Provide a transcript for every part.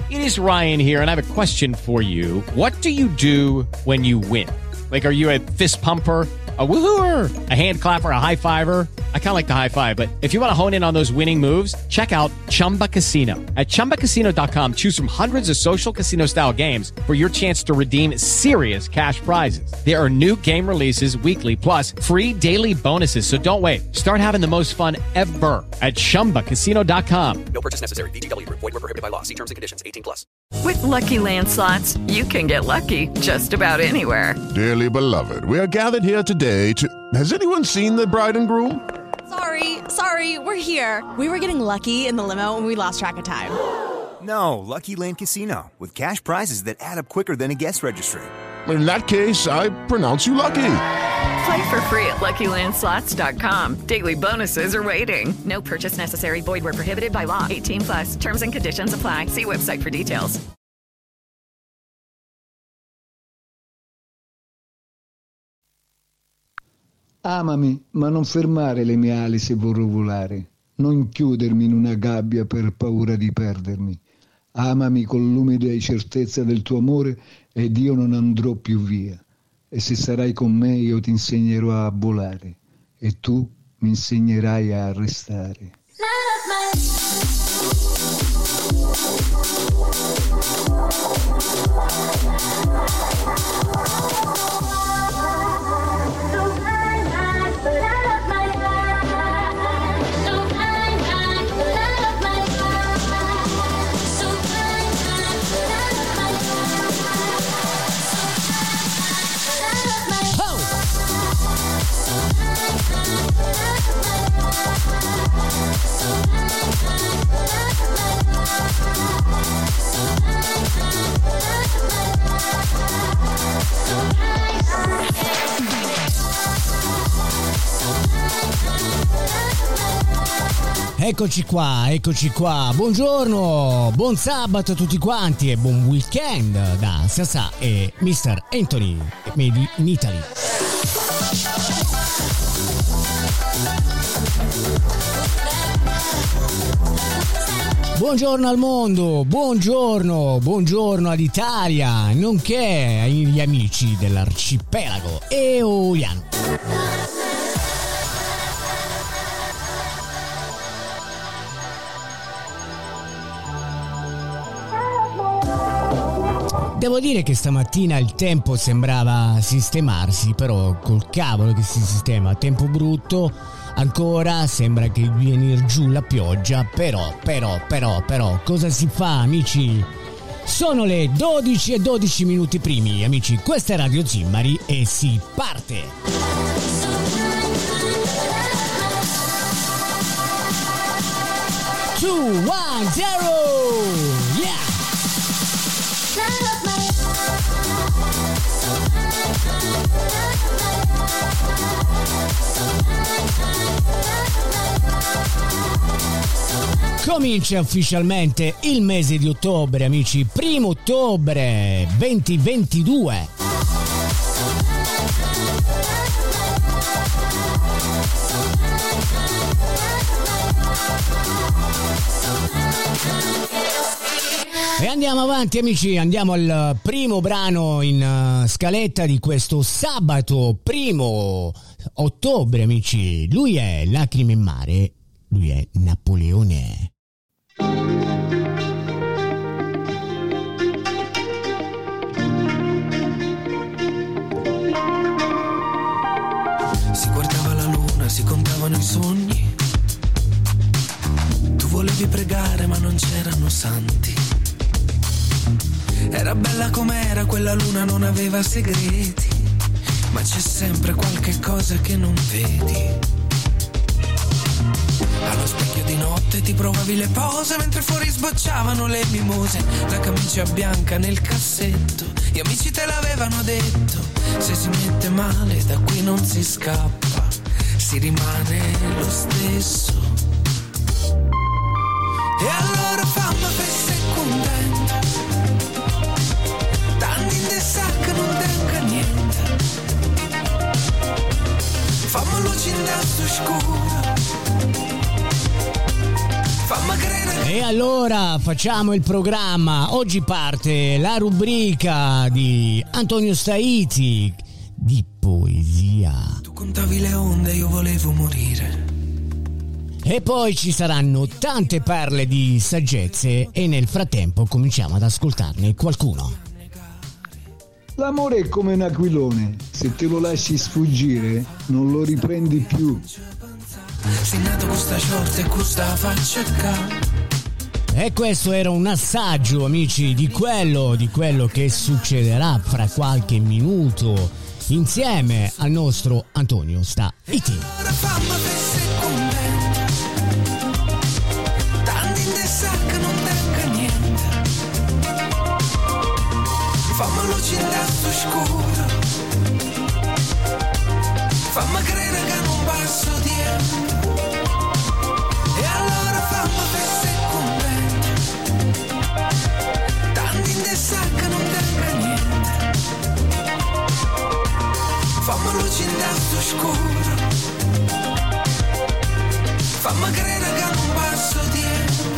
It is Ryan here, and I have a question for you. What do you do when you win? Like, are you a fist pumper, a woohooer, a hand clapper, a high fiver? I kind of like the high five, but if you want to hone in on those winning moves, check out Chumba Casino. At ChumbaCasino.com, choose from hundreds of social casino style games for your chance to redeem serious cash prizes. There are new game releases weekly, plus free daily bonuses. So don't wait. Start having the most fun ever at ChumbaCasino.com. No purchase necessary. VGW Group. Void where prohibited by law. See terms and conditions. 18+. With Lucky Land Slots, you can get lucky just about anywhere. Dearly beloved, we are gathered here today to... Has anyone seen the bride and groom? Sorry, we're here. We were getting lucky in the limo and we lost track of time. No, Lucky Land Casino, with cash prizes that add up quicker than a guest registry. In that case, I pronounce you lucky. Play for free at LuckyLandSlots.com. Daily bonuses are waiting. No purchase necessary. Void where prohibited by law. 18+. Terms and conditions apply. See website for details. Amami, ma non fermare le mie ali se vorrò volare. Non chiudermi in una gabbia per paura di perdermi. Amami con l'umida certezza del tuo amore ed io non andrò più via. E se sarai con me io ti insegnerò a volare e tu mi insegnerai a restare. Eccoci qua, buongiorno, buon sabato a tutti quanti e buon weekend da Sasà e Mr. Anthony Made in Italy. Buongiorno al mondo, buongiorno all'Italia, nonché agli amici dell'arcipelago eoliano. Devo dire che stamattina il tempo sembrava sistemarsi, però col cavolo che si sistema, tempo brutto, ancora sembra che venir giù la pioggia, però, cosa si fa, amici? Sono le 12:12 minuti primi, amici, questa è Radio Zimmari e si parte! 2, 1, 0, yeah! Comincia ufficialmente il mese di ottobre, amici, 1 ottobre 2022. E andiamo avanti, amici, andiamo al primo brano in scaletta di questo sabato 1 ottobre, amici. Lui è Lacrime in mare, lui è Napoleone. Si guardava la luna, si contavano i sogni. Tu volevi pregare ma non c'erano santi. Era bella com'era quella luna, non aveva segreti, ma c'è sempre qualche cosa che non vedi. Allo specchio di notte ti provavi le pose mentre fuori sbocciavano le mimose, la camicia bianca nel cassetto, gli amici te l'avevano detto, se si mette male da qui non si scappa, si rimane lo stesso. E allora fammi festa e contenta, tanti in sacca non tenga niente, fammi luce in sto scuro, fammi credere E allora facciamo il programma. Oggi parte la rubrica di Antonio Staiti di poesia. Tu contavi le onde, io volevo morire. E poi ci saranno tante perle di saggezze e nel frattempo cominciamo ad ascoltarne qualcuno. L'amore è come un aquilone, se te lo lasci sfuggire non lo riprendi più. Sei nato con sta short e con sta faccia ca. E questo era un assaggio, amici, di quello che succederà fra qualche minuto insieme al nostro Antonio Staiti. Fammi luce in testo scuro, fammi credere che non passo tempo. E allora fammi feste contento, tanti in testa che non tenga niente. Fammi luce in testo scuro, fammi credere che non passo tempo.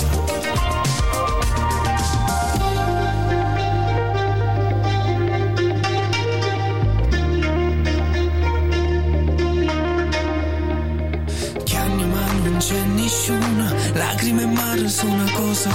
Non c'è nessuna, lacrime e mare sono una cosa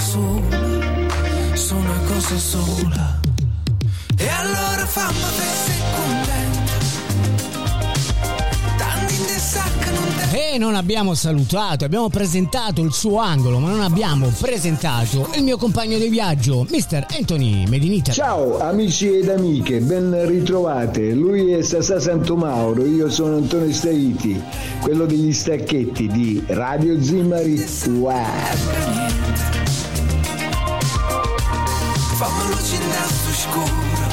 sola. E allora fammi feste contenta, tanti in testa che non te. E non abbiamo salutato, abbiamo presentato il suo angolo, ma non abbiamo presentato il mio compagno di viaggio, Mr. Anthony Made in Italy. Ciao amici ed amiche, ben ritrovate. Lui è Sasà Santomauro, io sono Antonio Staiti, quello degli stacchetti di Radio Zimari Web. Fammi luce in testo scuro,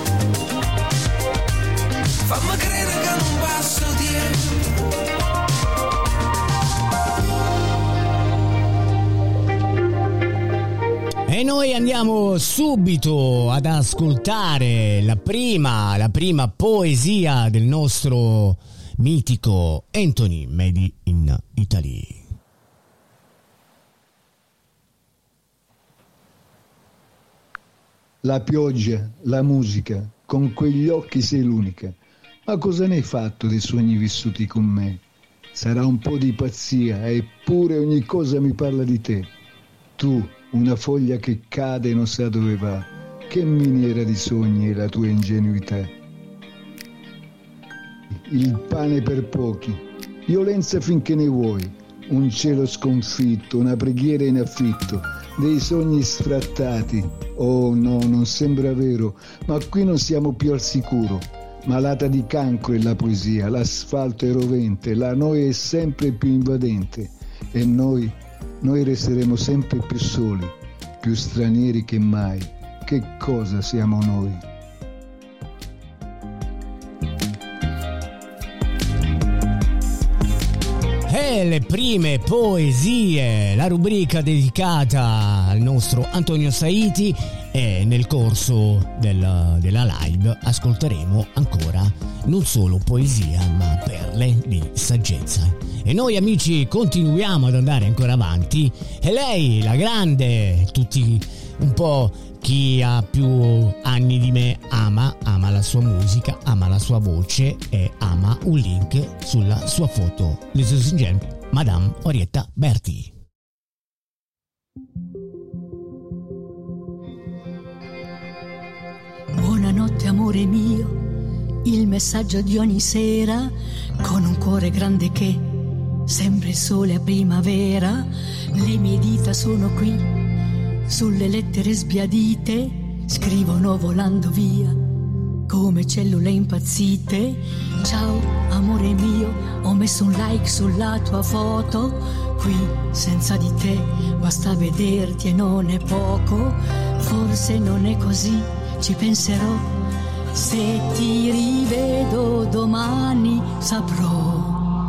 fammi credere che non passo tempo. E noi andiamo subito ad ascoltare la prima poesia del nostro mitico Anthony Made in Italy. La pioggia, la musica, con quegli occhi sei l'unica. Ma cosa ne hai fatto dei sogni vissuti con me? Sarà un po' di pazzia, eppure ogni cosa mi parla di te. Tu, una foglia che cade e non sa dove va. Che miniera di sogni è la tua ingenuità. Il pane per pochi, violenza finché ne vuoi, un cielo sconfitto, una preghiera in affitto, dei sogni sfrattati. Oh no, non sembra vero, ma qui non siamo più al sicuro. Malata di cancro è la poesia, l'asfalto è rovente, la noia è sempre più invadente e noi resteremo sempre più soli, più stranieri che mai. Che cosa siamo noi? E le prime poesie, la rubrica dedicata al nostro Antonio Staiti, e nel corso della live ascolteremo ancora non solo poesia ma perle di saggezza. E noi amici continuiamo ad andare ancora avanti e lei, la grande, tutti un po' chi ha più anni di me ama la sua musica, ama la sua voce e ama un link sulla sua foto. Ladies and gentlemen, Madame Orietta Berti. Buonanotte amore mio, il messaggio di ogni sera, con un cuore grande che sembra il sole a primavera. Le mie dita sono qui, sulle lettere sbiadite, scrivono volando via, come cellule impazzite. Ciao amore mio, ho messo un like sulla tua foto, qui senza di te basta vederti e non è poco. Forse non è così, ci penserò, se ti rivedo domani saprò.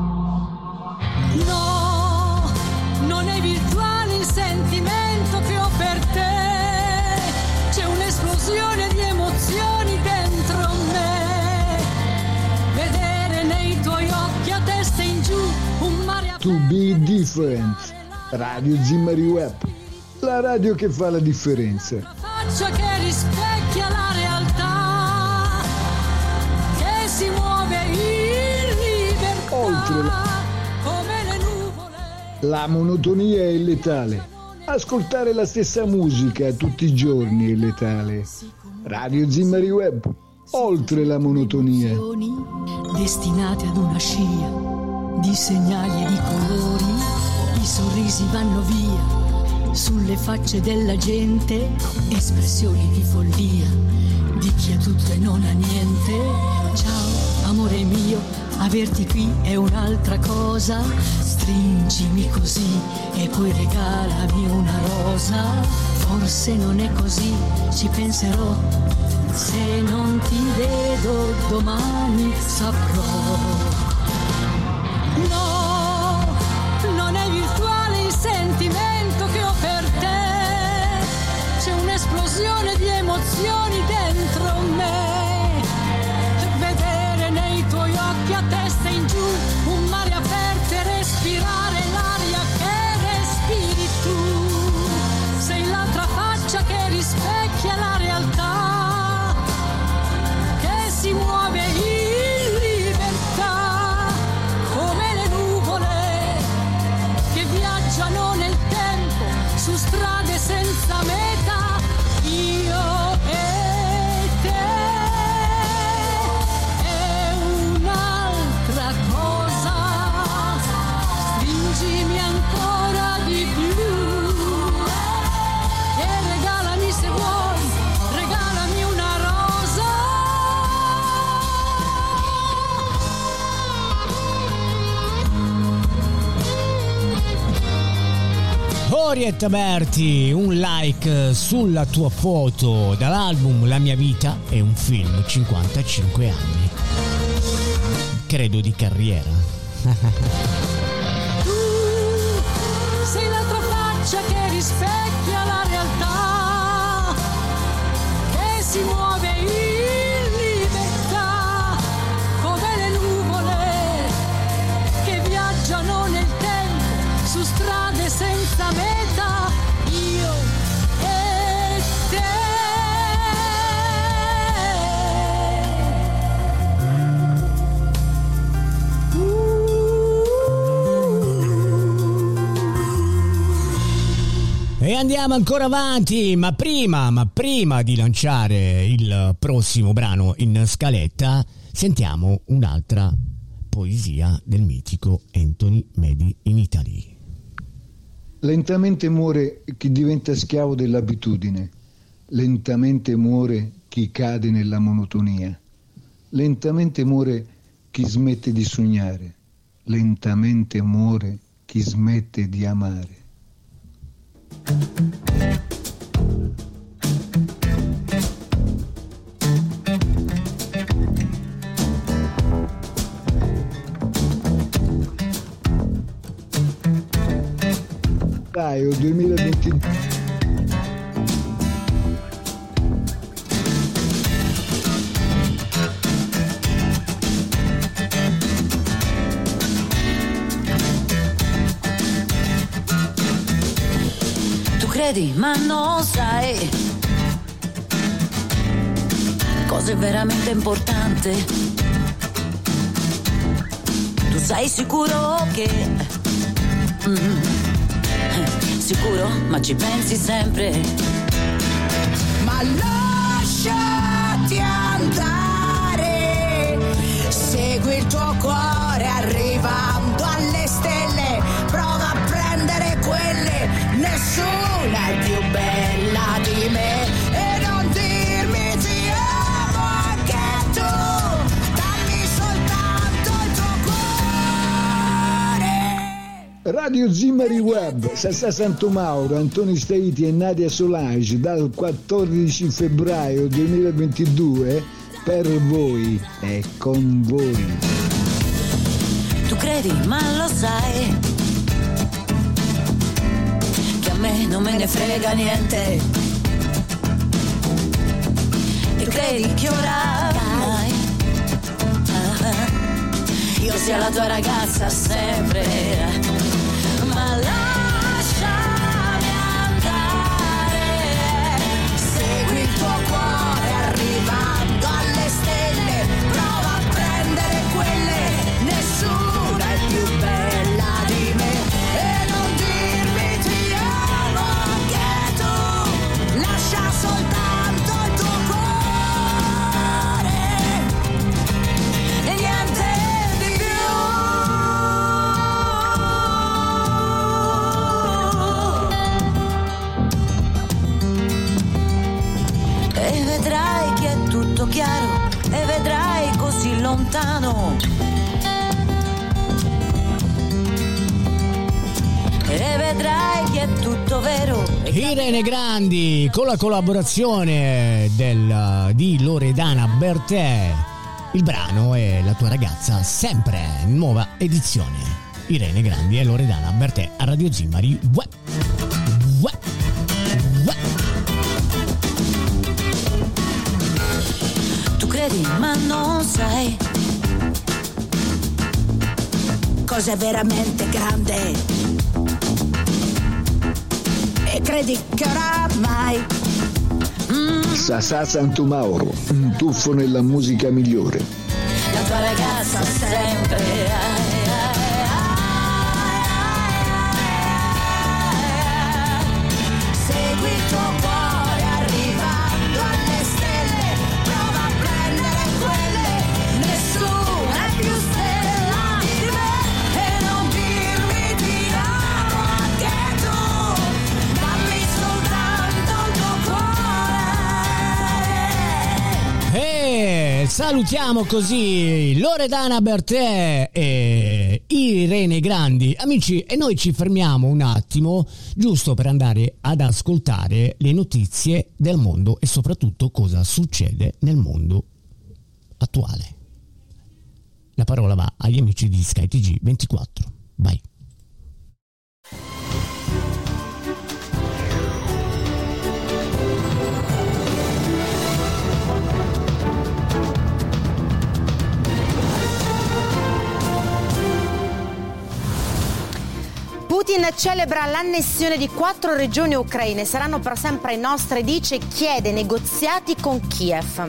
No, non è virtuale il sentimento che ho per te, c'è un'esplosione di emozioni dentro me, vedere nei tuoi occhi a testa in giù un mare aperto. To be different, Radio Zimari Web. La radio che fa la differenza. Faccia che rispecchia la realtà, che si muove in libertà, Oltre come le nuvole. la monotonia è letale. Ascoltare la stessa musica tutti i giorni è letale. Radio Zimmari Web, oltre la monotonia. Destinate ad una scia di segnali e di colori, i sorrisi vanno via. Sulle facce della gente, espressioni di follia, di chi ha tutto e non ha niente. Ciao, amore mio, averti qui è un'altra cosa. Stringimi così e poi regalami una rosa. Forse non è così, ci penserò. Se non ti vedo domani saprò. No, non è virtuale il sentimento che ho per te, c'è un'esplosione di emozioni dentro me. Vedere nei tuoi occhi a testa in giù un mare aperto e respirare l'aria che respiri tu. Sei l'altra faccia che rispecchia la realtà, che si muove in libertà, come le nuvole che viaggiano nel tempo su strade senza meta. Io e te è un'altra cosa. Stringimi ancora di più e regalami, se vuoi, regalami una rosa. Orietta Berti, un like sulla tua foto dall'album La mia vita è un film, 55 anni. Credo di carriera. Tu sei l'altra faccia che rispecchia la realtà, che si muove in libertà, come le nuvole che viaggiano nel tempo su strade senza meta. Io e te. E andiamo ancora avanti, ma prima di lanciare il prossimo brano in scaletta, sentiamo un'altra poesia del mitico Anthony Made in Italy. Lentamente muore chi diventa schiavo dell'abitudine, lentamente muore chi cade nella monotonia, lentamente muore chi smette di sognare, lentamente muore chi smette di amare. Febbraio 2022. Credi, ma non sai cosa è veramente importante. Tu sei sicuro che sicuro, ma ci pensi sempre. Ma lasciati andare, segui il tuo cuore arrivando alle stelle, prova a prendere quelle, nessuna è più bella di me, e non dirmi ti amo anche tu, dammi soltanto il tuo cuore. Radio Zimmari Web, Sassà Santomauro, Antoni Staiti e Nadia Solange dal 14 febbraio 2022 per voi e con voi. Tu credi, ma lo sai che a me non me ne frega niente. E credi che oramai io sia la tua ragazza sempre. Ma lasciami andare, e vedrai che è tutto chiaro, e vedrai così lontano, e vedrai che è tutto vero. Irene Grandi con la collaborazione di Loredana Bertè. Il brano è La tua ragazza, sempre nuova edizione. Irene Grandi e Loredana Bertè a Radio Zimari. Tu credi ma non sai cos'è veramente grande, e credi che oramai Sasà Santomauro, un tuffo nella musica migliore. la tua ragazza sempre. segui il tuo cuore arrivando alle stelle, prova a prendere quelle, nessuna è più stella di me, e non dirmi di no anche tu, dammi soltanto il tuo cuore. E salutiamo così Loredana Bertè e Irene Grandi. Amici, e noi ci fermiamo un attimo giusto per andare ad ascoltare le notizie del mondo e soprattutto cosa succede nel mondo attuale. La parola va agli amici di skyTG 24. Vai. Putin celebra l'annessione di 4 regioni ucraine, saranno per sempre nostre, dice, chiede negoziati con Kiev.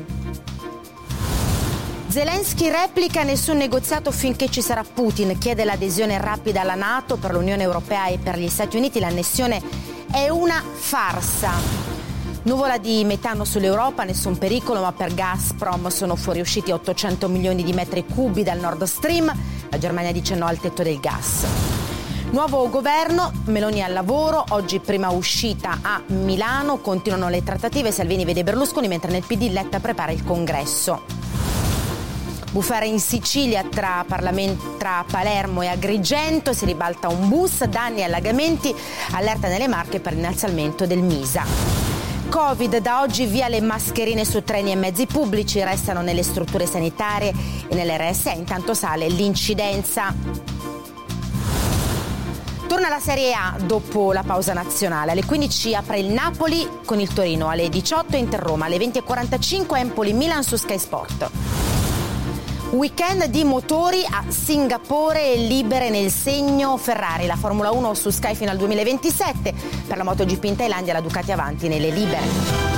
Zelensky replica: nessun negoziato finché ci sarà Putin, chiede l'adesione rapida alla NATO. Per l'Unione Europea e per gli Stati Uniti l'annessione è una farsa. Nuvola di metano sull'Europa, nessun pericolo, ma per Gazprom sono fuoriusciti 800 milioni di metri cubi dal Nord Stream. La Germania dice no al tetto del gas. Nuovo governo, Meloni al lavoro, oggi prima uscita a Milano, continuano le trattative, Salvini vede Berlusconi, mentre nel PD Letta prepara il congresso. Bufera in Sicilia tra Palermo e Agrigento, si ribalta un bus, danni e allagamenti, allerta nelle Marche per l'innalzamento del Misa. Covid, da oggi via le mascherine su treni e mezzi pubblici, restano nelle strutture sanitarie e nelle RSA, intanto sale l'incidenza. Torna la Serie A dopo la pausa nazionale. Alle 15 apre il Napoli con il Torino, alle 18 Inter Roma, alle 20:45 Empoli Milan su Sky Sport. Weekend di motori a Singapore, libere nel segno Ferrari, la Formula 1 su Sky fino al 2027, per la MotoGP in Thailandia la Ducati avanti nelle libere.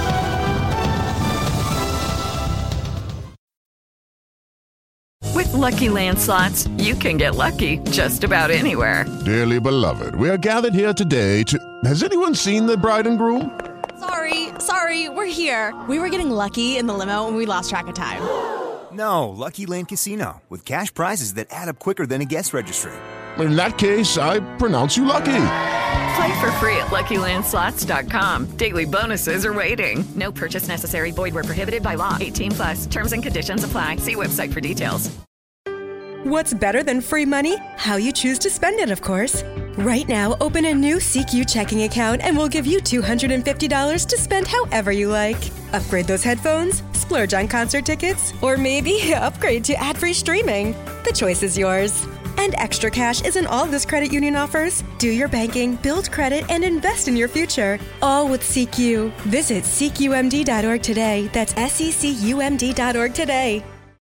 With Lucky Land Slots, you can get lucky just about anywhere. Dearly beloved, we are gathered here today to... Has anyone seen the bride and groom? Sorry, we're here. We were getting lucky in the limo and we lost track of time. No, Lucky Land Casino, with cash prizes that add up quicker than a guest registry. In that case, I pronounce you lucky. Play for free at LuckyLandSlots.com. Daily bonuses are waiting. No purchase necessary. Void where prohibited by law. 18+. Terms and conditions apply. See website for details. What's better than free money? How you choose to spend it, of course. Right now, open a new CQ checking account and we'll give you $250 to spend however you like. Upgrade those headphones, splurge on concert tickets, or maybe upgrade to ad-free streaming. The choice is yours. And extra cash isn't all this credit union offers. Do your banking, build credit, and invest in your future. All with CQ. Visit CQMD.org today. That's SECUMD.org today.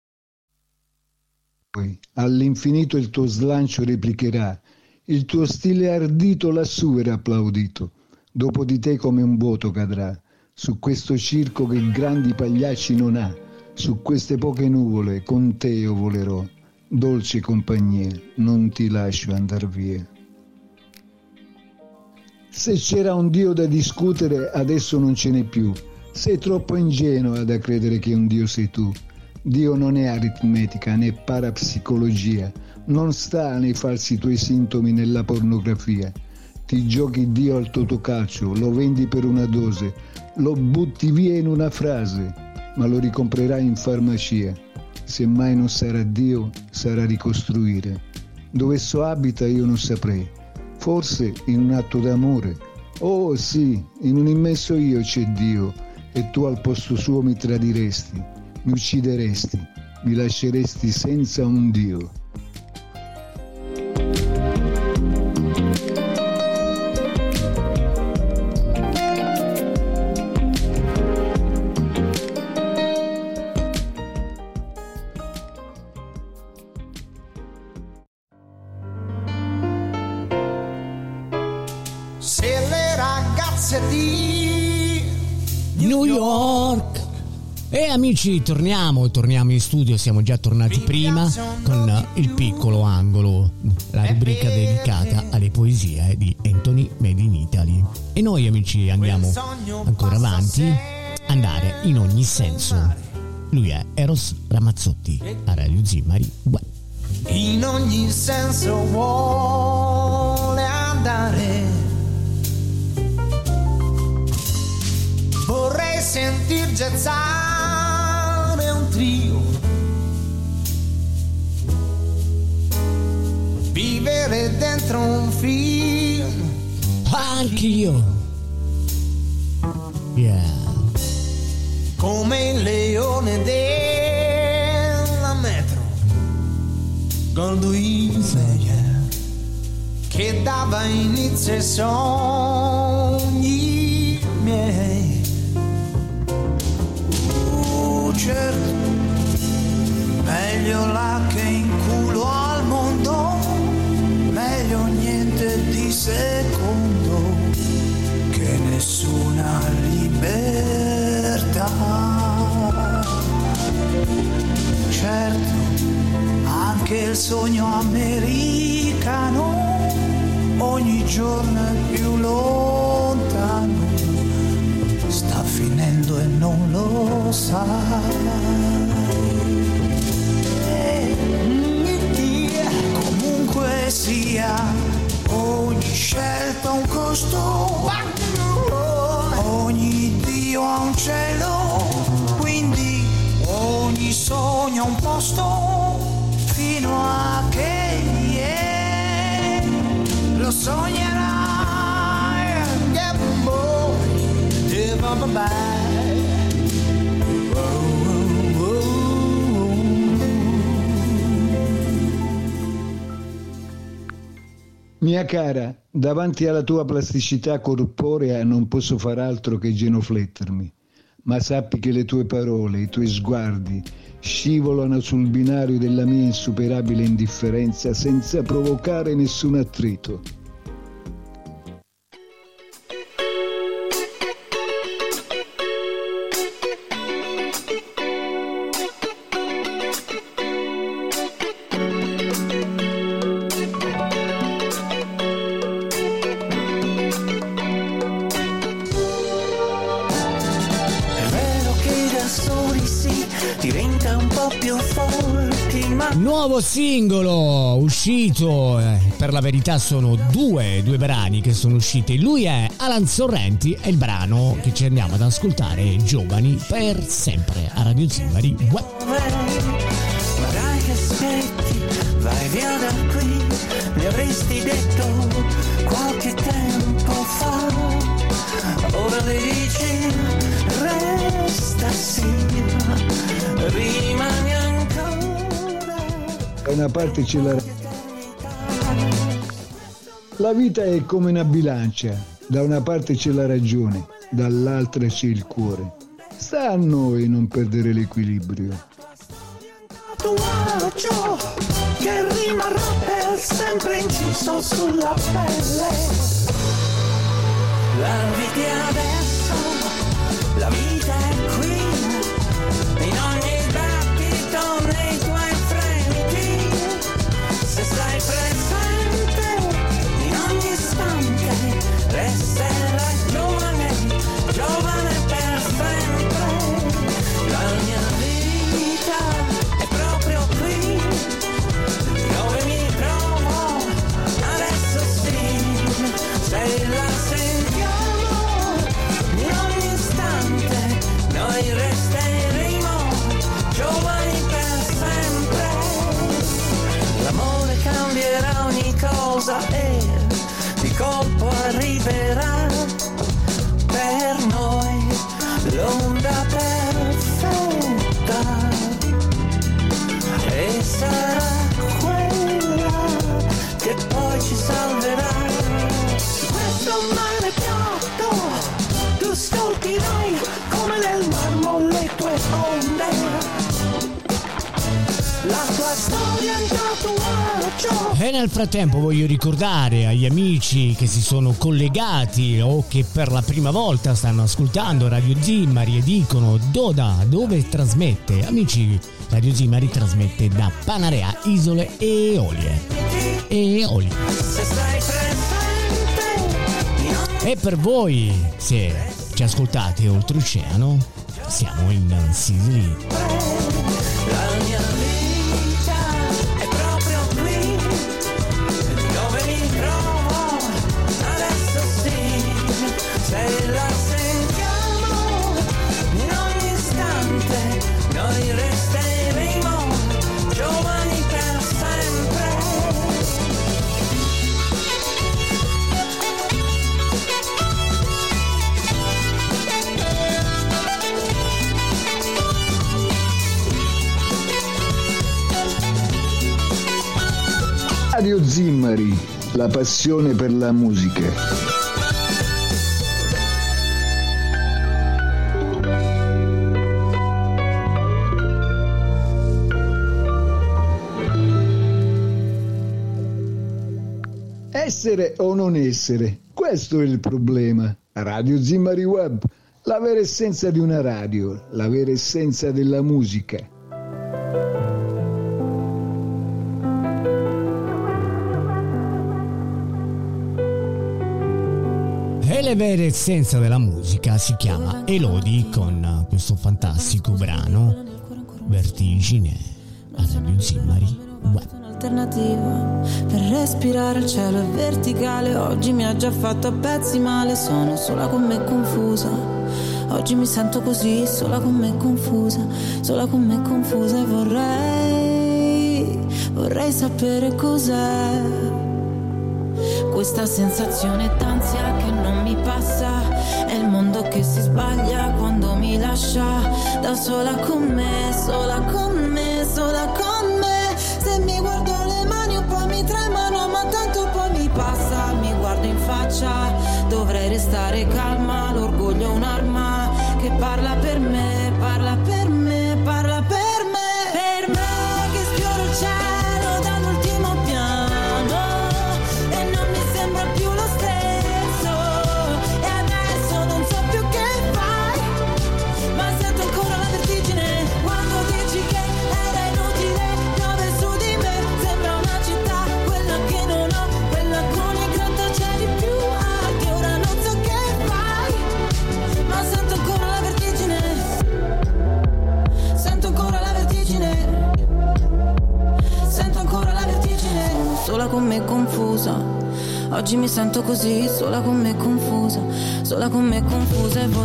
All'infinito il tuo slancio replicherà, il tuo stile ardito lassù verrà applaudito, dopo di te come un vuoto cadrà, su questo circo che grandi pagliacci non ha, su queste poche nuvole con te io volerò, dolce compagnia, non ti lascio andar via. Se c'era un Dio da discutere, adesso non ce n'è più, sei troppo ingenua da credere che un Dio sei tu. Dio non è aritmetica né parapsicologia, non sta nei falsi tuoi sintomi nella pornografia. Ti giochi Dio al totocalcio, lo vendi per una dose, lo butti via in una frase, ma lo ricomprerai in farmacia. Se mai non sarà Dio, sarà ricostruire. Dove esso abita io non saprei. Forse in un atto d'amore. Oh sì, in un immenso io c'è Dio, e tu al posto suo mi tradiresti, mi uccideresti, mi lasceresti senza un Dio. New York. E amici, torniamo in studio, siamo già tornati prima con il piccolo angolo, la rubrica dedicata alle poesie di Anthony Made in Italy. E noi amici andiamo ancora avanti, andare in ogni senso. Lui è Eros Ramazzotti a Radio Zimari Web. In ogni senso vuole andare. Vorrei sentir gezzare un trio, vivere dentro un film. Anch'io. Yeah. Come il leone della metro, Goldwyn Mayer, che dava inizio ai sogni miei. Certo, meglio là che in culo al mondo, meglio niente di secondo che nessuna libertà. Certo, anche il sogno americano ogni giorno è più lontano, sta finendo e non lo sai. Comunque sia, ogni scelta ha un costo, ogni Dio ha un cielo, quindi ogni sogno ha un posto, fino a che lo sognerai. Yeah, boy. Mia cara, davanti alla tua plasticità corporea non posso far altro che genuflettermi, ma sappi che le tue parole, i tuoi sguardi scivolano sul binario della mia insuperabile indifferenza senza provocare nessun attrito. Nuovo singolo uscito, per la verità sono due brani che sono usciti. Lui è Alan Sorrenti e il brano che ci andiamo ad ascoltare è Giovani per sempre a Radio Zimari Web. Ma dai che aspetti, vai via da qui, mi avresti detto qualche tempo fa. Ora dici resta sì, rimani ancora. Da una parte c'è la vita è come una bilancia, da una parte c'è la ragione, dall'altra c'è il cuore. Sta a noi non perdere l'equilibrio. Tatuaggio che rimarrà per sempre inciso sulla pelle. La vita è adesso, la vita è qui, in ogni battito nei tuoi fremiti. Se stai presente in ogni istante, resterai giovane, giovane per sempre. La mia vita è proprio qui, dove mi trovo adesso sì, se la sentiamo in ogni istante. cosa è, di colpo arriverà per noi l'onda perfetta e sarà quella che poi ci salverà. Questo mare piatto tu scolpirai come nel marmo le tue onde. La tua storia è un tatuaggio. E nel frattempo voglio ricordare agli amici che si sono collegati o che per la prima volta stanno ascoltando Radio Zimmari e dicono dove trasmette. Amici, Radio Zimmari trasmette da Panarea, Isole Eolie. E per voi, se ci ascoltate oltreoceano, siamo in Sicily. La mia vita è proprio qui, dove mi trovo adesso sì, se la sentiamo in ogni istante, noi resteremo giovani per sempre. Radio Zimmari, la passione per la musica. Essere o non essere, questo è il problema. Radio Zimmari Web, la vera essenza di una radio, la vera essenza della musica. E la vera essenza della musica si chiama Elodie con questo fantastico brano Vertigine a Radio Zimmari Web. Un'alternativa per respirare, il cielo è verticale. Oggi mi ha già fatto a pezzi male, sono sola con me confusa. Oggi mi sento così, sola con me confusa, sola con me confusa. E vorrei sapere cos'è questa sensazione d'ansia che non mi passa. È il mondo che si sbaglia quando mi lascia da sola con me, sola con me, sola con me. Se mi guardo le mani un po' mi tremano, ma tanto poi mi passa. Mi guardo in faccia, dovrei restare calma. L'orgoglio è un'arma che parla per me, parla per me, parla per me. Per me che sfioro il cielo dall'ultimo piano e non mi sembra più lo stesso. E adesso non so più che fai, ma sento ancora la vertigine quando dici che era inutile. Piove su di me, sembra una città, quella che non ho, quella con i grattacieli più alti. Ora non so che fai, ma sento ancora la vertigine. Sento ancora la vertigine. Sento ancora la vertigine. Sola con me confusa. Oggi mi sento così, sola con me confusa, sola con me confusa. E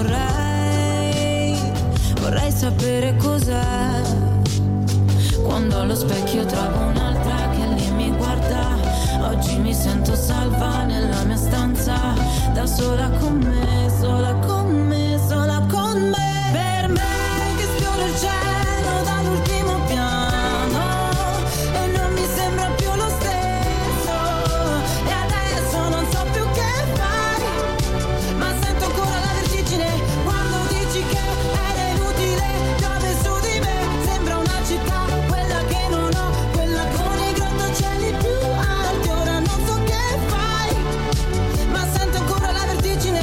vorrei sapere cos'è quando allo specchio trovo un'altra che lì mi guarda. Oggi mi sento salva nella mia stanza, da sola con me, sola con me, sola con me. Per me che sfioro il cielo dall'ultimo piano e non mi sembra più lo stesso. E adesso non so più che fai, ma sento ancora la vertigine quando dici che era inutile. Piove su di me, sembra una città, quella che non ho, quella con i grattacieli più alti. Ora non so che fai, ma sento ancora la vertigine.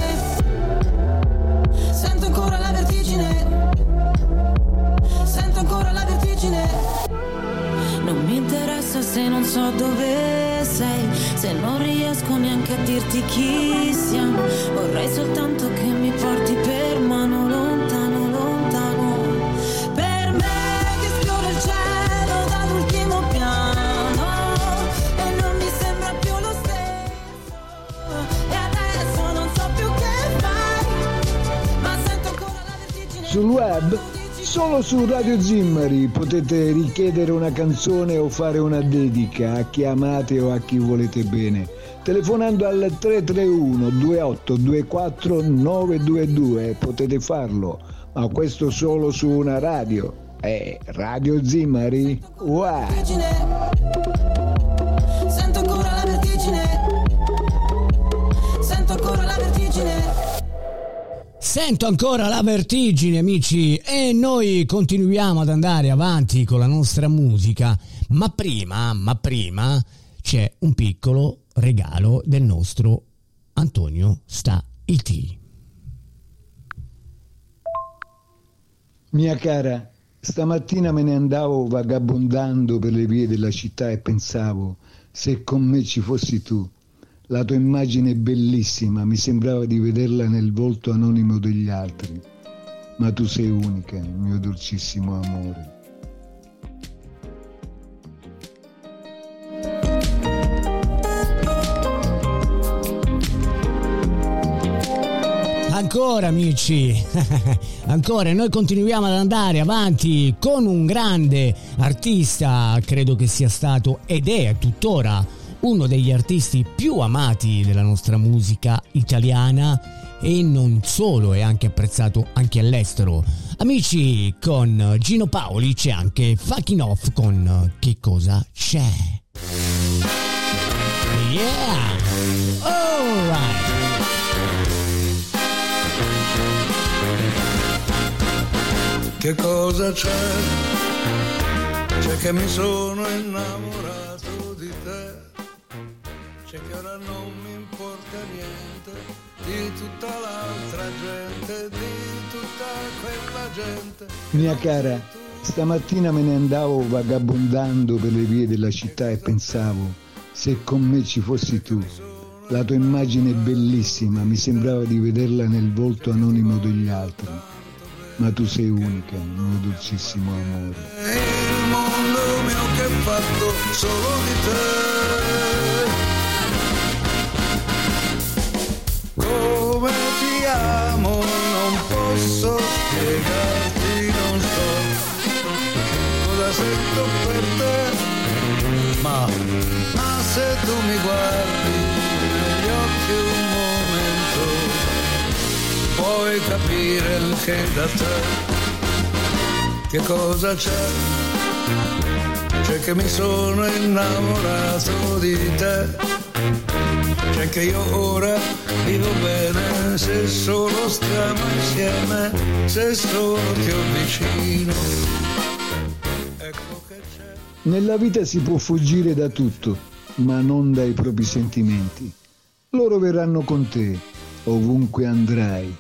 Sento ancora la vertigine. Sento ancora la vertigine. Non mi interessa se non so dove sei, se non riesco neanche a dirti chi siamo. Vorrei soltanto che mi porti per mano lontano, lontano. Per me che sfioro il cielo dall'ultimo piano e non mi sembra più lo stesso. E adesso non so più che fai, ma sento ancora la vertigine. Sul web Solo su Radio Zimmari potete richiedere una canzone o fare una dedica a chi amate o a chi volete bene, telefonando al 331 2824 922. Potete farlo, ma questo solo su una radio. Radio Zimmari. Wow. Sento ancora la vertigine. Sento ancora la vertigine. Sento ancora la vertigine, amici, e noi continuiamo ad andare avanti con la nostra musica, ma prima c'è un piccolo regalo del nostro Antonio Sta IT. Mia cara, stamattina me ne andavo vagabondando per le vie della città e pensavo, se con me ci fossi tu. La tua immagine è bellissima, mi sembrava di vederla nel volto anonimo degli altri. Ma tu sei unica, mio dolcissimo amore. Ancora amici, ancora, noi continuiamo ad andare avanti con un grande artista, credo che sia stato ed è tuttora uno degli artisti più amati della nostra musica italiana e non solo, è anche apprezzato anche all'estero. Amici, con Gino Paoli c'è anche Fucking Off con Che cosa c'è? Yeah! Alright! Che cosa c'è? C'è che mi sono innamorato di te. C'è che ora non mi importa niente di tutta l'altra gente, di tutta quella gente. Mia cara, stamattina me ne andavo vagabondando per le vie della città e pensavo, se con me ci fossi tu. La tua immagine è bellissima, mi sembrava di vederla nel volto anonimo degli altri. Ma tu sei unica, mio dolcissimo amore. È il mondo mio che è fatto solo di te. Come ti amo non posso spiegarti, non so cosa sento per te, ma se tu mi guardi negli occhi un momento puoi capire anche da te che cosa c'è. C'è che mi sono innamorato di te. C'è che io ora vivo bene se solo stiamo insieme, se solo ti ho vicino. Ecco che c'è. Nella vita si può fuggire da tutto, ma non dai propri sentimenti. Loro verranno con te, ovunque andrai.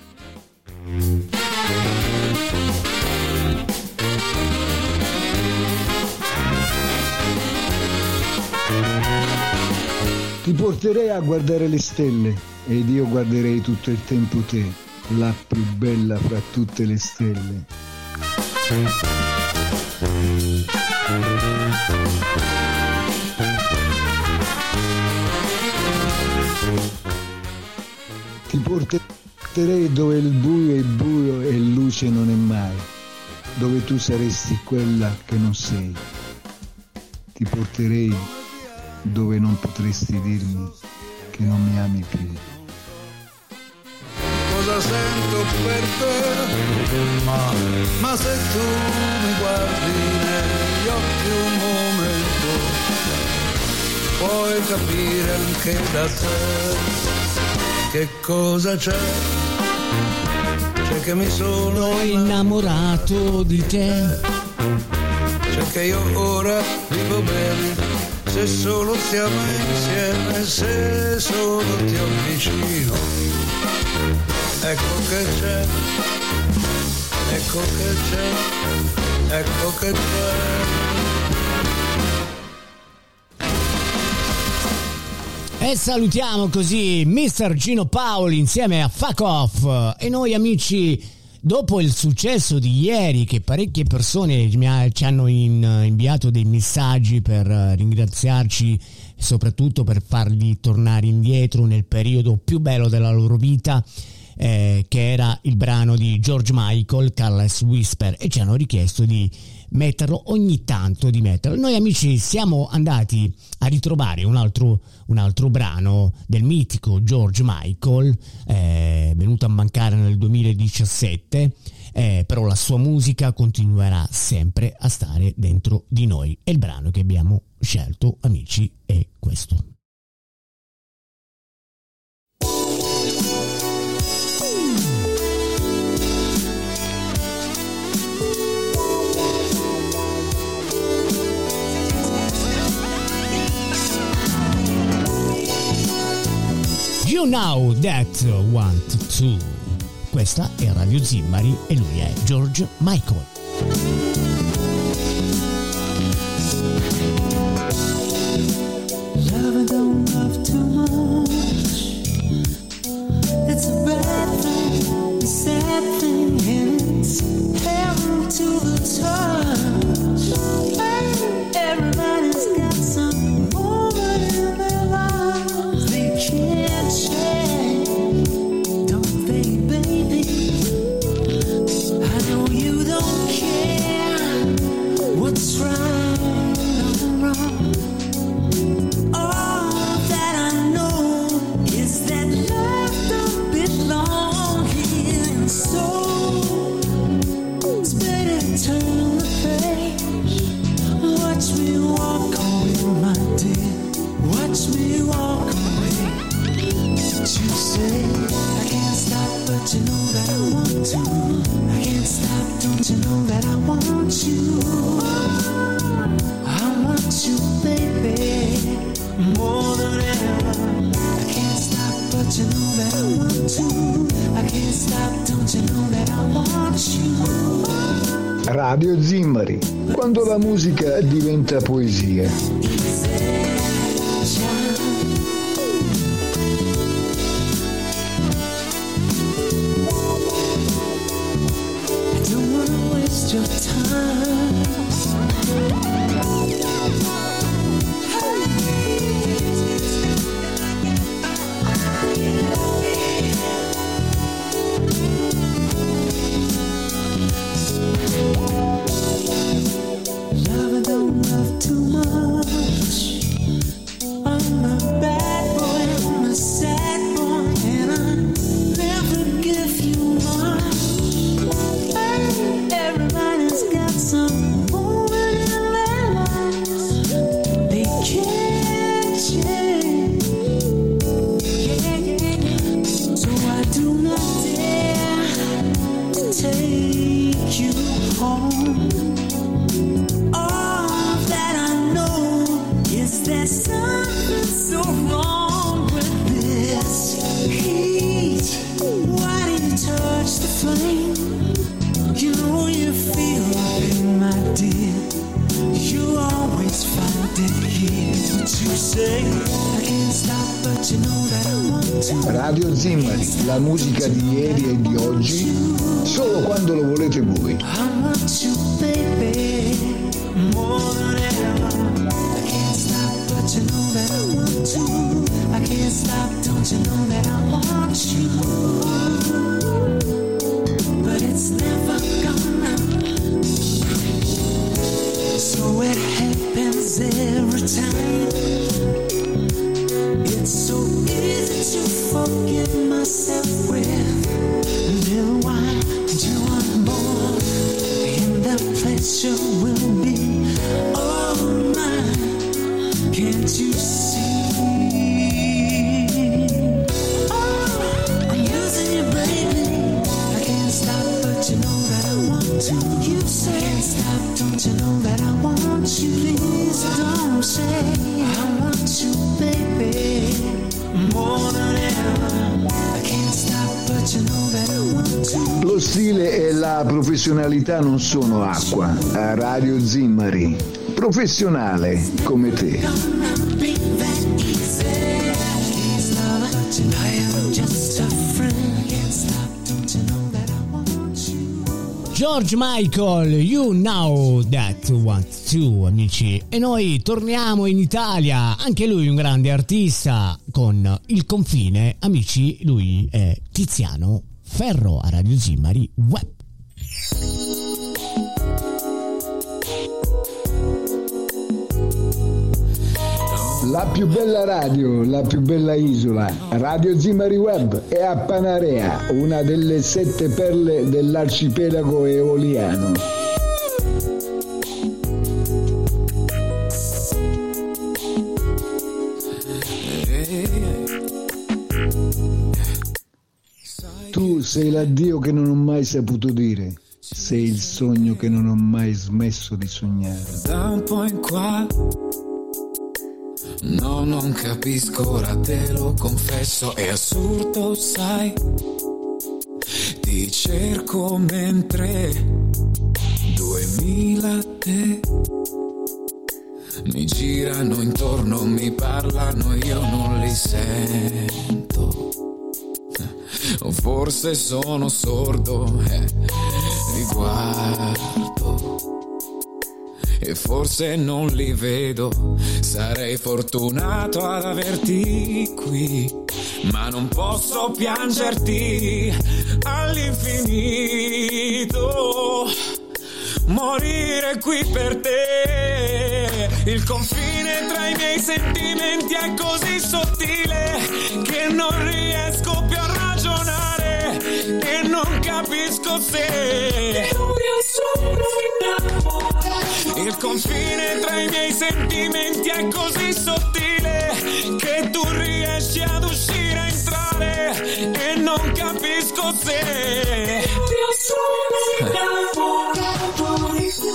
Ti porterei a guardare le stelle ed io guarderei tutto il tempo te, la più bella fra tutte le stelle. Ti porterei dove il buio è buio e luce non è mai, dove tu saresti quella che non sei. Ti porterei dove non potresti dirmi che non mi ami più. Cosa sento per te? Ma se tu mi guardi negli occhi un momento puoi capire anche da te che cosa c'è. C'è che mi sono innamorato di te. C'è che io ora vivo bene se solo stiamo insieme, se solo ti ho vicino. Ecco che c'è, ecco che c'è, ecco che c'è. E salutiamo così Mr. Gino Paoli insieme a Fuck Off. E noi amici, dopo il successo di ieri, che parecchie persone ci hanno inviato dei messaggi per ringraziarci, soprattutto per farli tornare indietro nel periodo più bello della loro vita, che era il brano di George Michael, Careless Whisper, e ci hanno richiesto di metterlo ogni tanto, di metterlo. Noi amici siamo andati a ritrovare un altro brano del mitico George Michael, venuto a mancare nel 2017, però la sua musica continuerà sempre a stare dentro di noi, e il brano che abbiamo scelto, amici, è questo. You Know That Want To. Questa è Radio Zimmari e lui è George Michael. Love I don't love too much. It's a bad thing, a sad thing, and it's heaven to the touch. Everybody's got some moment in their lives they can't change, don't they, baby? I know you don't care what's right or wrong. All that I know is that love don't belong here, and so it's better turn the page. Watch me walk away, my dear. Watch me walk away. What you say? I can't stop, but you know that I want to. I can't stop, don't you know that I want you? I want you, baby, more than ever. I can't stop, but you know that I want to. I can't stop, don't you know that I want you? Radio Zimmari, quando la musica diventa poesia. Don't wanna waste your time. Love I don't love too much. I'm a bad boy, I'm a sad boy, and I never give you much. Everybody's got some moment in their lives they can't change. Yeah. So I do not dare to take you home. All that I know is that something's so wrong with this heat. Why do you touch the flame? You know you feel it, my dear. You always find it here. What you say? I can't stop, but you know that I want to. Radio Zimmari, la musica di ieri e di oggi, solo quando lo volete voi. I want you, baby, more than ever. I can't stop, but you know that I want to. I can't stop, don't you know that I want you? But it's never gonna. So it happens every time. It's so easy to forget myself with a little wine. Do you want more? And the pleasure will be all mine. Can't you see? Oh, I'm using you, baby. I can't stop, but you know that I want to. You say, can't stop, don't you know that I want you? Please don't say, I want you, baby, more than ever. I can't stop, but you know that I want to. Lo stile e la professionalità non sono acqua. A Radio Zimmari, professionale come te. Gonna be that easy. I can't stop, but I am just a friend. I can't stop, don't you know that I want you? George Michael, You Know That What To, amici. E noi torniamo in Italia, anche lui un grande artista con Il Confine. Amici, lui è Tiziano Ferro a Radio Zimmari Web. La più bella radio, la più bella isola, Radio Zimmari Web è a Panarea, una delle 7 perle dell'arcipelago eoliano. Tu sei l'addio che non ho mai saputo dire, sei il sogno che non ho mai smesso di sognare. Da un po' in qua, no, non capisco, ora te lo confesso, è assurdo, sai. Ti cerco mentre 2000 te mi girano intorno, mi parlano, io non li sento. O forse sono sordo, li guardo e forse non li vedo. Sarei fortunato ad averti qui, ma non posso piangerti all'infinito. Morire qui per te. Il confine tra i miei sentimenti è così sottile che non riesco più a ragionare e non capisco se io sono innamorato. Il confine tra i miei sentimenti è così sottile che tu riesci ad uscire, a entrare e non capisco se io sono innamorato di te.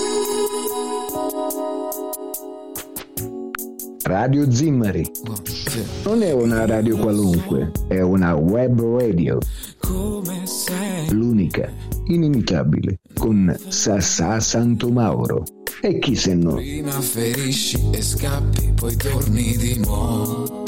Radio Zimmari non è una radio qualunque, è una web radio, l'unica, inimitabile, con Sassà Santomauro. E chi se no? Prima ferisci e scappi, poi torni di nuovo.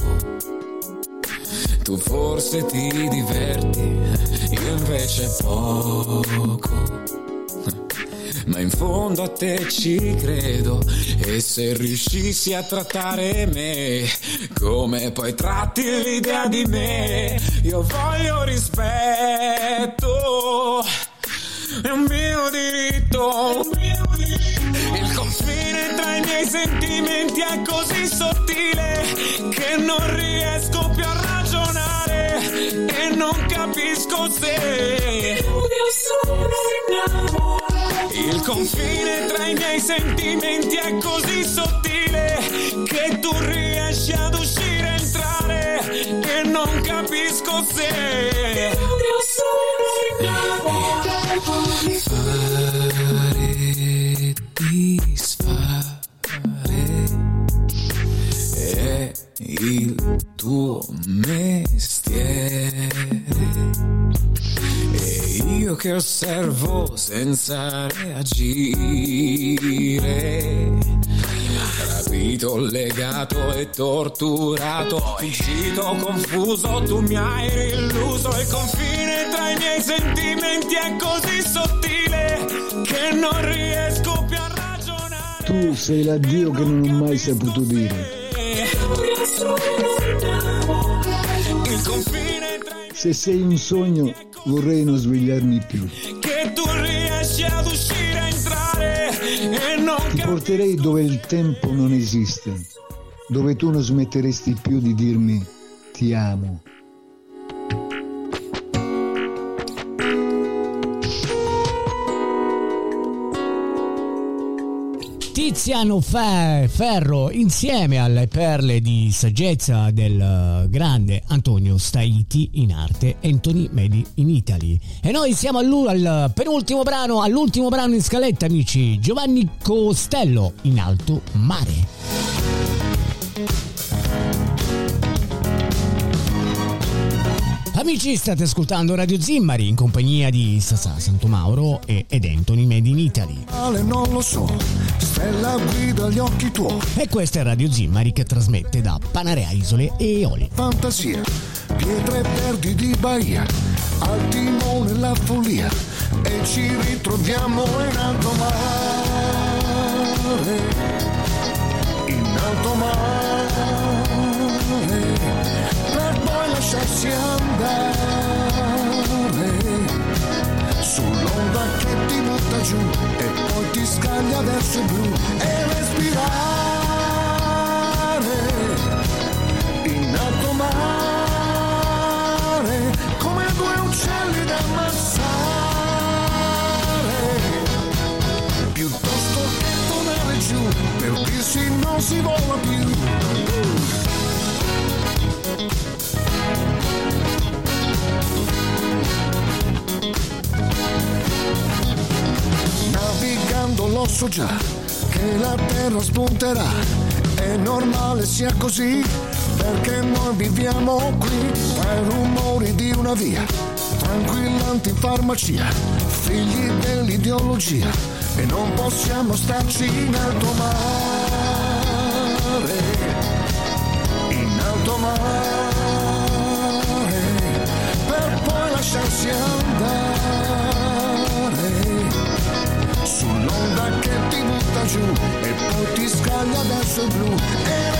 Tu forse ti diverti, io invece poco. Ma in fondo a te ci credo, e se riuscissi a trattare me come poi tratti l'idea di me, io voglio rispetto, è un mio diritto. Il confine tra i miei sentimenti è così sottile che non riesco più a ragionare e non capisco se io sono innamorato. Il confine tra i miei sentimenti è così sottile che tu riesci ad uscire, a entrare e non capisco se io sono innamorato. Fare, disfare è il tuo mestiere. E io che osservo senza reagire, rapito, legato e torturato, fuggito, confuso, tu mi hai illuso. Il confine tra i miei sentimenti è così sottile che non riesco più a ragionare. Tu sei l'addio che non ho mai saputo dire. Il confine tra i... Se sei un sogno vorrei non svegliarmi più. Che tu riesci ad uscire, a entrare e non ti porterei dove il tempo non esiste, dove tu non smetteresti più di dirmi ti amo. Tiziano Ferro insieme alle perle di saggezza del grande Antonio Staiti, in arte Anthony Made in Italy. E noi siamo al penultimo brano, all'ultimo brano in scaletta, amici. Giovanni Costello, In alto mare. Amici, state ascoltando Radio Zimmari in compagnia di Sassà Santomauro ed Anthony Made in Italy. Non lo so, stella guida gli occhi tuoi. E questa è Radio Zimmari che trasmette da Panarea, Isole e Eole. Fantasia, pietre verdi di Bahia, al timone la follia, e ci ritroviamo in alto mare, in alto mare, per poi lasciarsi andare sull'onda che ti butta giù e poi ti scaglia verso il blu e respirare in alto mare come due uccelli da ammazzare, piuttosto che tornare giù per dirsi non si vola più. Navigando lo so già che la terra spunterà, è normale sia così, perché noi viviamo qui tra i rumori di una via, tranquillanti farmacia, figli dell'ideologia, e non possiamo starci in alto mare, in alto mare, per poi lasciarsi andare sull'onda che ti butta giù e poi ti scaglia verso il blu e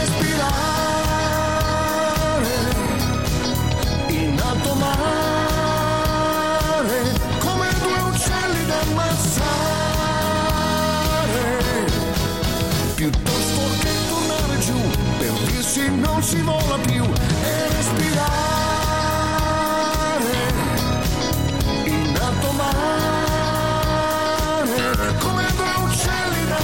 respirare in alto mare come due uccelli da ammazzare, piuttosto che tornare giù per dirsi non si vola più e respirare in alto mare come due uccelli da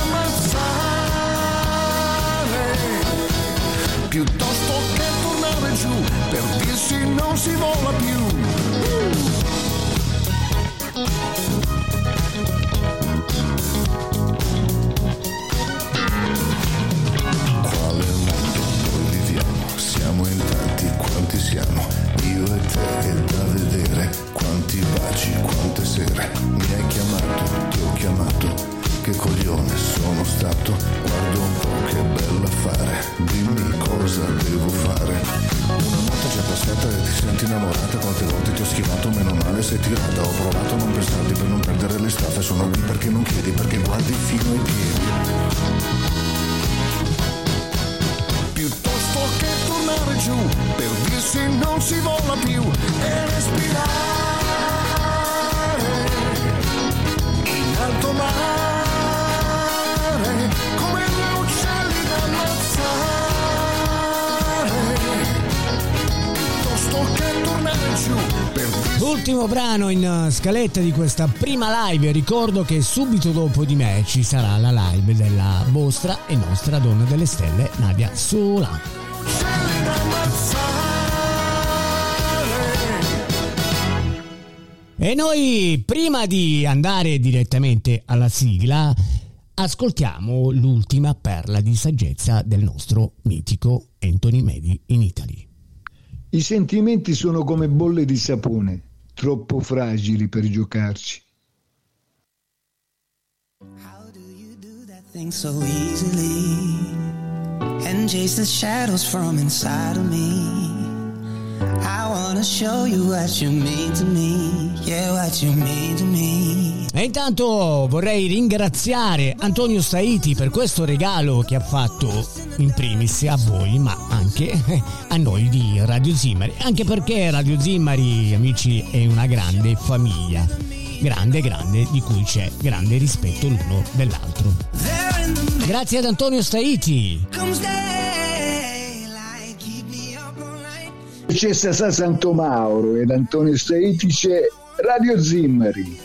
ammazzare, piuttosto che tornare giù per dirsi non si vola più. Quale mondo noi viviamo? Siamo in tanti, quanti siamo? Io e te, e da vedere quanti baci, quante sere. Mi hai chiamato, ti ho chiamato, che coglione sono stato. Guarda un po' che bello affare, dimmi cosa devo fare. Una notte già passata e ti senti innamorata, quante volte ti ho schivato, meno male sei tirata. Ho provato a non pensarti per non perdere le staffe, sono qui perché non chiedi, perché guardi fino ai piedi. Piuttosto che tornare giù per dirsi non si vola più e respirare in alto mare come due uccelli da ammazzare, piuttosto che tornare giù per dirsi. Ultimo brano in scaletta di questa prima live. Ricordo che subito dopo di me ci sarà la live della vostra e nostra donna delle stelle, Nadia Solano. E noi, prima di andare direttamente alla sigla, ascoltiamo l'ultima perla di saggezza del nostro mitico Anthony Made in Italy. I sentimenti sono come bolle di sapone, troppo fragili per giocarci. Things so easily and chase the shadows from inside of me. I wanna show you what you mean to me, yeah, what you mean to me. E intanto vorrei ringraziare Antonio Staiti per questo regalo che ha fatto in primis a voi, ma anche a noi di Radio Zimmari, anche perché Radio Zimmari, amici, è una grande famiglia, grande, di cui c'è grande rispetto l'uno dell'altro. Grazie ad Antonio Staiti. C'è Sasà Santo Mauro ed Antonio Staiti, c'è Radio Zimmari.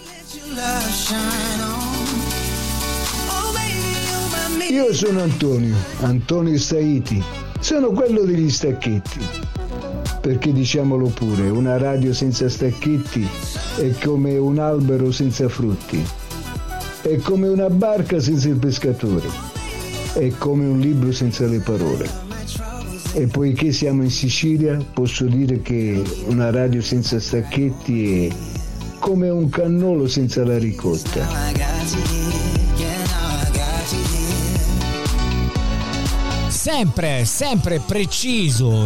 Io sono Antonio Staiti, sono quello degli stacchetti, perché diciamolo pure, una radio senza stacchetti è come un albero senza frutti, è come una barca senza il pescatore, è come un libro senza le parole. E poiché siamo in Sicilia, posso dire che una radio senza stacchetti è come un cannolo senza la ricotta. Sempre preciso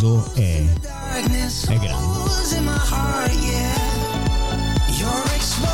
e grande.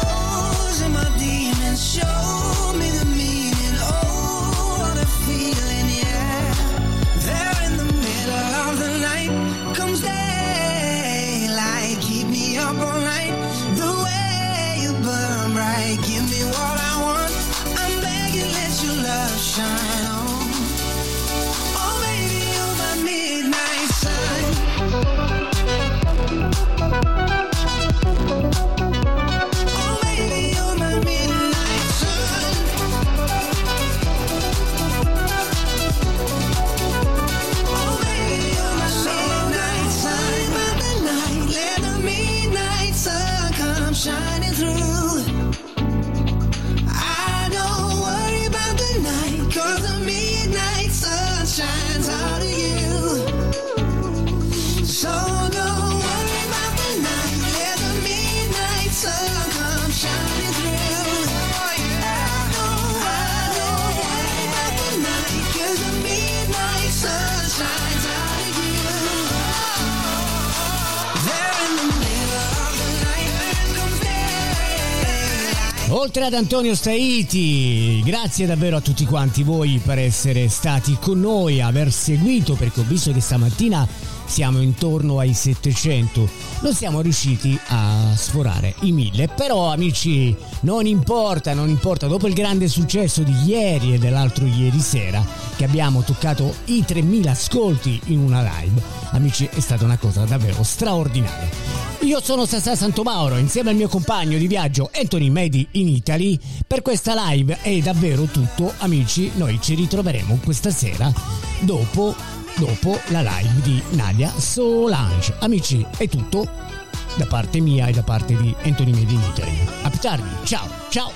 Oltre ad Antonio Staiti, grazie davvero a tutti quanti voi per essere stati con noi, aver seguito, perché ho visto che stamattina siamo intorno ai 700, non siamo riusciti a sforare i 1000, però amici non importa, dopo il grande successo di ieri e dell'altro ieri sera che abbiamo toccato i 3000 ascolti in una live, amici, è stata una cosa davvero straordinaria. Io sono Sassà Santomauro, insieme al mio compagno di viaggio Anthony Made in Italy. Per questa live è davvero tutto, amici. Noi ci ritroveremo questa sera dopo la live di Nadia Solange. Amici, è tutto da parte mia e da parte di Anthony Made in Italy. A più tardi, ciao.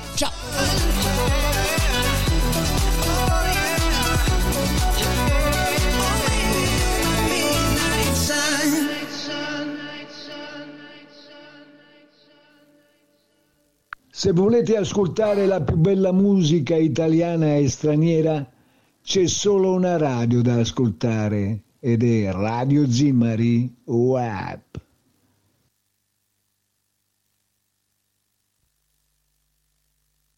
Se volete ascoltare la più bella musica italiana e straniera, c'è solo una radio da ascoltare ed è Radio Zimari Web.